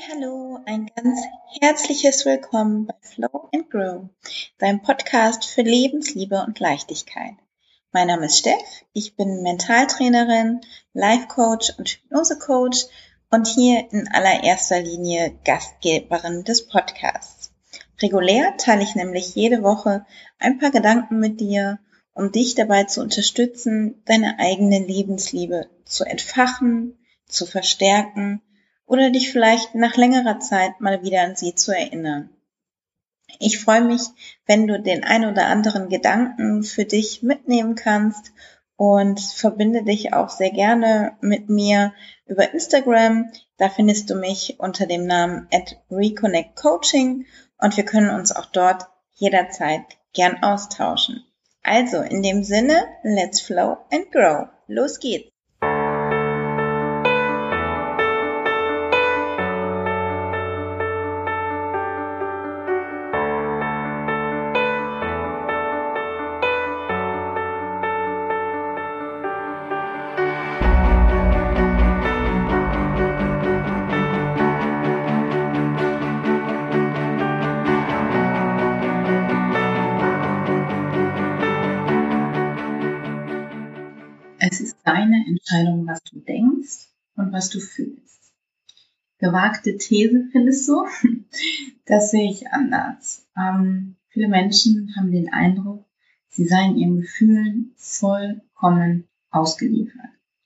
Hallo, ein ganz herzliches Willkommen bei Flow and Grow, deinem Podcast für Lebensliebe und Leichtigkeit. Mein Name ist Steff, ich bin Mentaltrainerin, Life Coach und Hypnose-Coach und hier in allererster Linie Gastgeberin des Podcasts. Regulär teile ich nämlich jede Woche ein paar Gedanken mit dir, um dich dabei zu unterstützen, deine eigene Lebensliebe zu entfachen, zu verstärken oder dich vielleicht nach längerer Zeit mal wieder an sie zu erinnern. Ich freue mich, wenn du den ein oder anderen Gedanken für dich mitnehmen kannst und verbinde dich auch sehr gerne mit mir über Instagram. Da findest du mich unter dem Namen @reconnectcoaching und wir können uns auch dort jederzeit gern austauschen. Also in dem Sinne, let's flow and grow. Los geht's! Es ist deine Entscheidung, was du denkst und was du fühlst. Gewagte These findest du? Das sehe ich anders. Viele Menschen haben den Eindruck, sie seien ihren Gefühlen vollkommen ausgeliefert.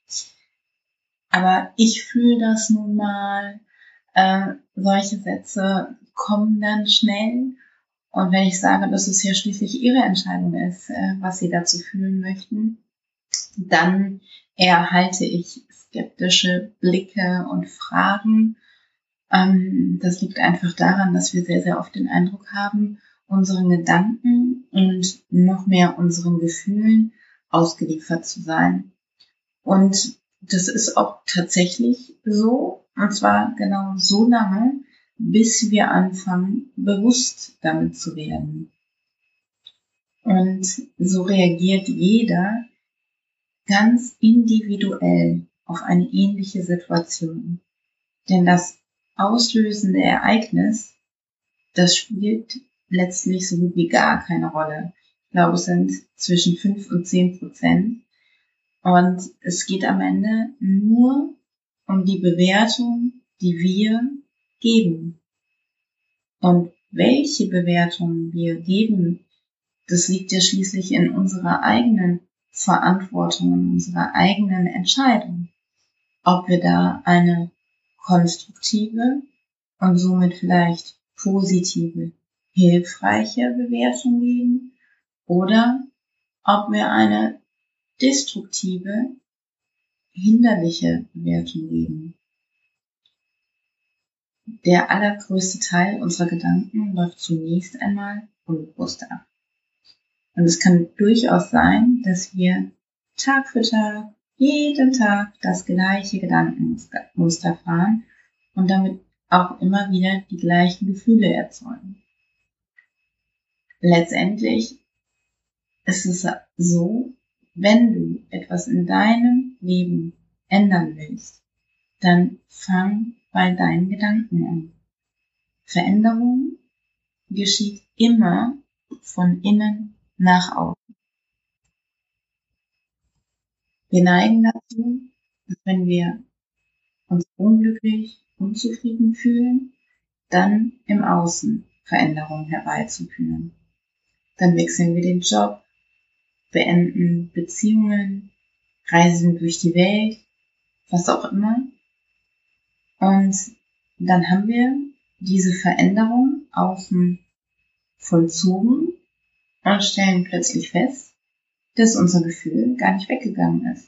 Aber ich fühle das nun mal. Solche Sätze kommen dann schnell. Und wenn ich sage, dass es ja schließlich ihre Entscheidung ist, was sie dazu fühlen möchten, dann erhalte ich skeptische Blicke und Fragen. Das liegt einfach daran, dass wir sehr, sehr oft den Eindruck haben, unseren Gedanken und noch mehr unseren Gefühlen ausgeliefert zu sein. Und das ist auch tatsächlich so, und zwar genau so lange, bis wir anfangen, bewusst damit zu werden. Und so reagiert jeder ganz individuell auf eine ähnliche Situation. Denn das auslösende Ereignis, das spielt letztlich so gut wie gar keine Rolle. Ich glaube, es sind zwischen 5 und 10%. Und es geht am Ende nur um die Bewertung, die wir geben. Und welche Bewertung wir geben, das liegt ja schließlich in unserer eigenen Verantwortung, in unserer eigenen Entscheidung. Ob wir da eine konstruktive und somit vielleicht positive, hilfreiche Bewertung geben oder ob wir eine destruktive, hinderliche Bewertung geben. Der allergrößte Teil unserer Gedanken läuft zunächst einmal unbewusst ab. Und es kann durchaus sein, dass wir Tag für Tag, jeden Tag das gleiche Gedankenmuster fahren und damit auch immer wieder die gleichen Gefühle erzeugen. Letztendlich ist es so, wenn du etwas in deinem Leben ändern willst, dann fang bei deinen Gedanken an. Veränderung geschieht immer von innen nach außen. Wir neigen dazu, dass wenn wir uns unglücklich, unzufrieden fühlen, dann im Außen Veränderungen herbeizuführen. Dann wechseln wir den Job, beenden Beziehungen, reisen durch die Welt, was auch immer. Und dann haben wir diese Veränderung außen vollzogen und stellen plötzlich fest, dass unser Gefühl gar nicht weggegangen ist.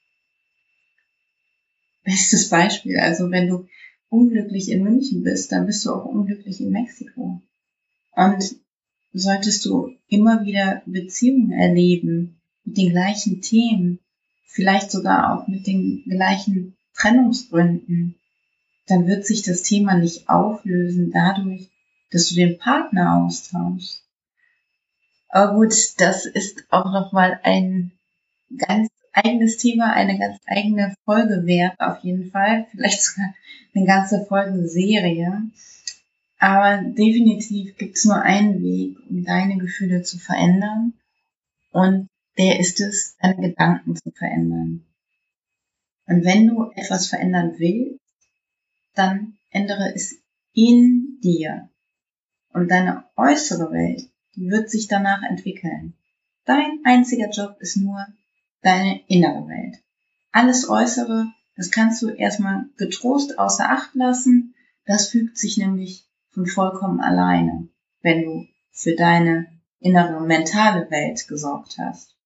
Bestes Beispiel, also wenn du unglücklich in München bist, dann bist du auch unglücklich in Mexiko. Und solltest du immer wieder Beziehungen erleben mit den gleichen Themen, vielleicht sogar auch mit den gleichen Trennungsgründen, dann wird sich das Thema nicht auflösen dadurch, dass du den Partner austauschst. Aber gut, das ist auch nochmal ein ganz eigenes Thema, eine ganz eigene Folge wert, auf jeden Fall. Vielleicht sogar eine ganze Folgenserie. Aber definitiv gibt es nur einen Weg, um deine Gefühle zu verändern. Und der ist es, deine Gedanken zu verändern. Und wenn du etwas verändern willst, dann ändere es in dir. Und deine äußere Welt, die wird sich danach entwickeln. Dein einziger Job ist nur deine innere Welt. Alles Äußere, das kannst du erstmal getrost außer Acht lassen. Das fügt sich nämlich von vollkommen alleine, wenn du für deine innere mentale Welt gesorgt hast.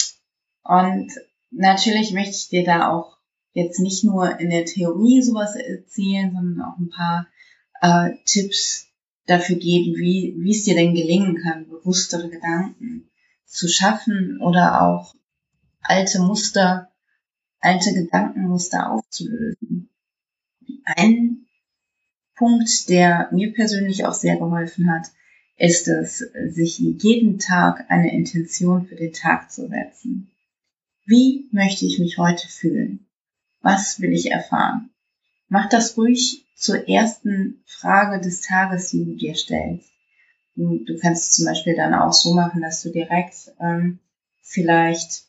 Und natürlich möchte ich dir da auch jetzt nicht nur in der Theorie sowas erzählen, sondern auch ein paar Tipps dafür geben, wie es dir denn gelingen kann, bewusstere Gedanken zu schaffen oder auch alte Gedankenmuster aufzulösen. Ein Punkt, der mir persönlich auch sehr geholfen hat, ist es, sich jeden Tag eine Intention für den Tag zu setzen. Wie möchte ich mich heute fühlen? Was will ich erfahren? Mach das ruhig zur ersten Frage des Tages, die du dir stellst. Du kannst es zum Beispiel dann auch so machen, dass du direkt vielleicht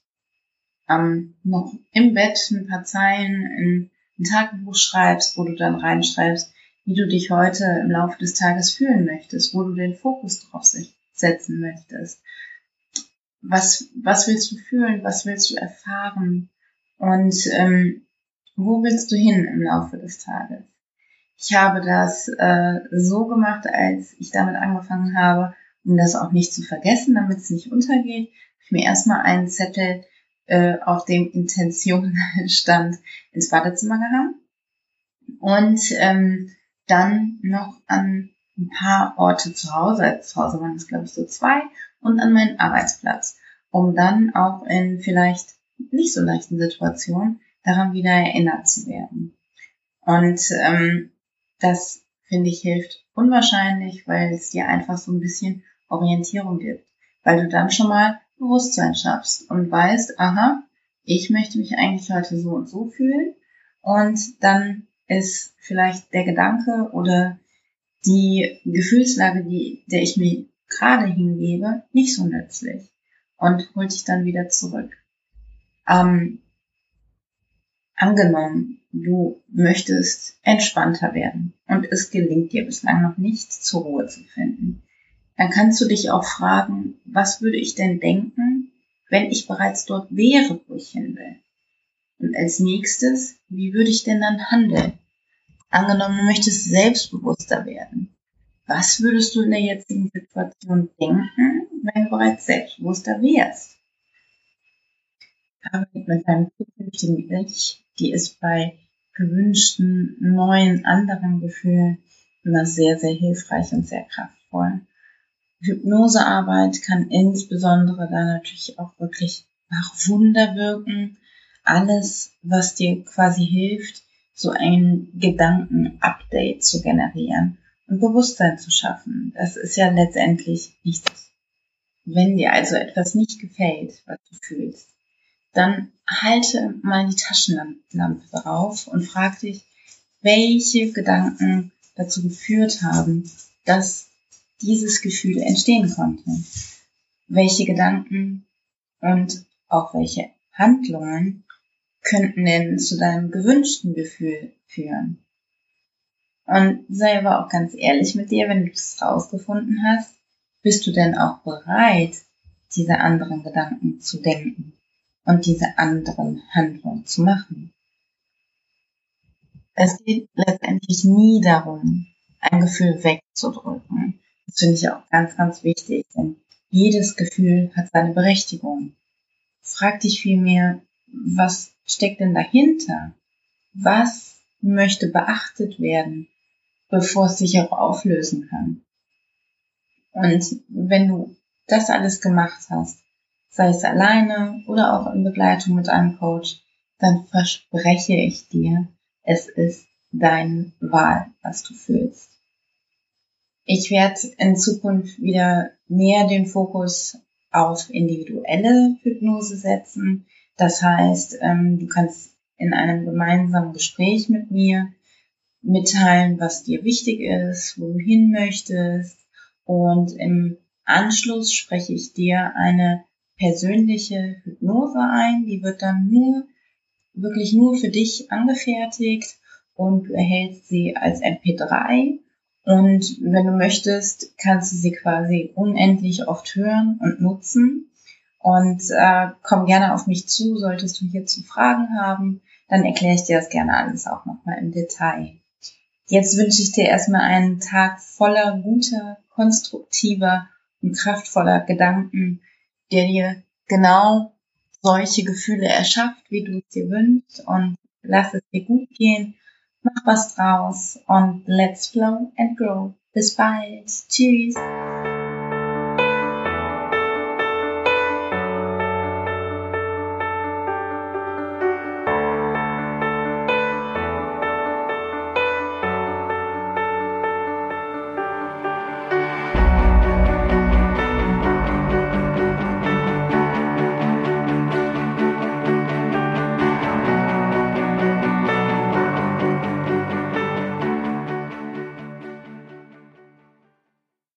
noch im Bett ein paar Zeilen in ein Tagebuch schreibst, wo du dann reinschreibst, wie du dich heute im Laufe des Tages fühlen möchtest, wo du den Fokus drauf setzen möchtest. Was willst du fühlen? Was willst du erfahren? Und wo willst du hin im Laufe des Tages? Ich habe das so gemacht, als ich damit angefangen habe, um das auch nicht zu vergessen, damit es nicht untergeht, habe ich mir erstmal einen Zettel, auf dem Intention stand, ins Badezimmer gehangen und dann noch an ein paar Orte zu Hause, also zu Hause waren es glaube ich so 2, und an meinen Arbeitsplatz, um dann auch in vielleicht nicht so leichten Situationen daran wieder erinnert zu werden. Und das, finde ich, hilft unwahrscheinlich, weil es dir einfach so ein bisschen Orientierung gibt, weil du dann schon mal Bewusstsein schaffst und weißt, aha, ich möchte mich eigentlich heute so und so fühlen, und dann ist vielleicht der Gedanke oder die Gefühlslage, der ich mir gerade hingebe, nicht so nützlich und holt dich dann wieder zurück. Angenommen, du möchtest entspannter werden und es gelingt dir bislang noch nicht, zur Ruhe zu finden, dann kannst du dich auch fragen, was würde ich denn denken, wenn ich bereits dort wäre, wo ich hin will? Und als nächstes, wie würde ich denn dann handeln? Angenommen, du möchtest selbstbewusster werden. Was würdest du in der jetzigen Situation denken, wenn du bereits selbstbewusster wärst? Arbeit mit deinem zukünftigen Ich, die ist bei gewünschten, neuen, anderen Gefühlen immer sehr, sehr hilfreich und sehr kraftvoll. Hypnosearbeit kann insbesondere da natürlich auch wirklich nach Wunder wirken. Alles, was dir quasi hilft, so ein Gedanken-Update zu generieren und Bewusstsein zu schaffen. Das ist ja letztendlich nichts. Wenn dir also etwas nicht gefällt, was du fühlst, dann halte mal die Taschenlampe drauf und frag dich, welche Gedanken dazu geführt haben, dass dieses Gefühl entstehen konnte. Welche Gedanken und auch welche Handlungen könnten denn zu deinem gewünschten Gefühl führen? Und sei aber auch ganz ehrlich mit dir, wenn du das rausgefunden hast, bist du denn auch bereit, diese anderen Gedanken zu denken und diese anderen Handlungen zu machen? Es geht letztendlich nie darum, ein Gefühl wegzudrücken. Das finde ich auch ganz, ganz wichtig, denn jedes Gefühl hat seine Berechtigung. Frag dich vielmehr, was steckt denn dahinter? Was möchte beachtet werden, bevor es sich auch auflösen kann? Und wenn du das alles gemacht hast, sei es alleine oder auch in Begleitung mit einem Coach, dann verspreche ich dir, es ist deine Wahl, was du fühlst. Ich werde in Zukunft wieder mehr den Fokus auf individuelle Hypnose setzen. Das heißt, du kannst in einem gemeinsamen Gespräch mit mir mitteilen, was dir wichtig ist, wo du hin möchtest, und im Anschluss spreche ich dir eine persönliche Hypnose ein. Die wird dann wirklich nur für dich angefertigt und du erhältst sie als MP3. Und wenn du möchtest, kannst du sie quasi unendlich oft hören und nutzen. Und komm gerne auf mich zu, solltest du hierzu Fragen haben, dann erkläre ich dir das gerne alles auch nochmal im Detail. Jetzt wünsche ich dir erstmal einen Tag voller guter, konstruktiver und kraftvoller Gedanken, der dir genau solche Gefühle erschafft, wie du es dir wünschst, und lass es dir gut gehen, mach was draus und let's flow and grow. Bis bald. Tschüss.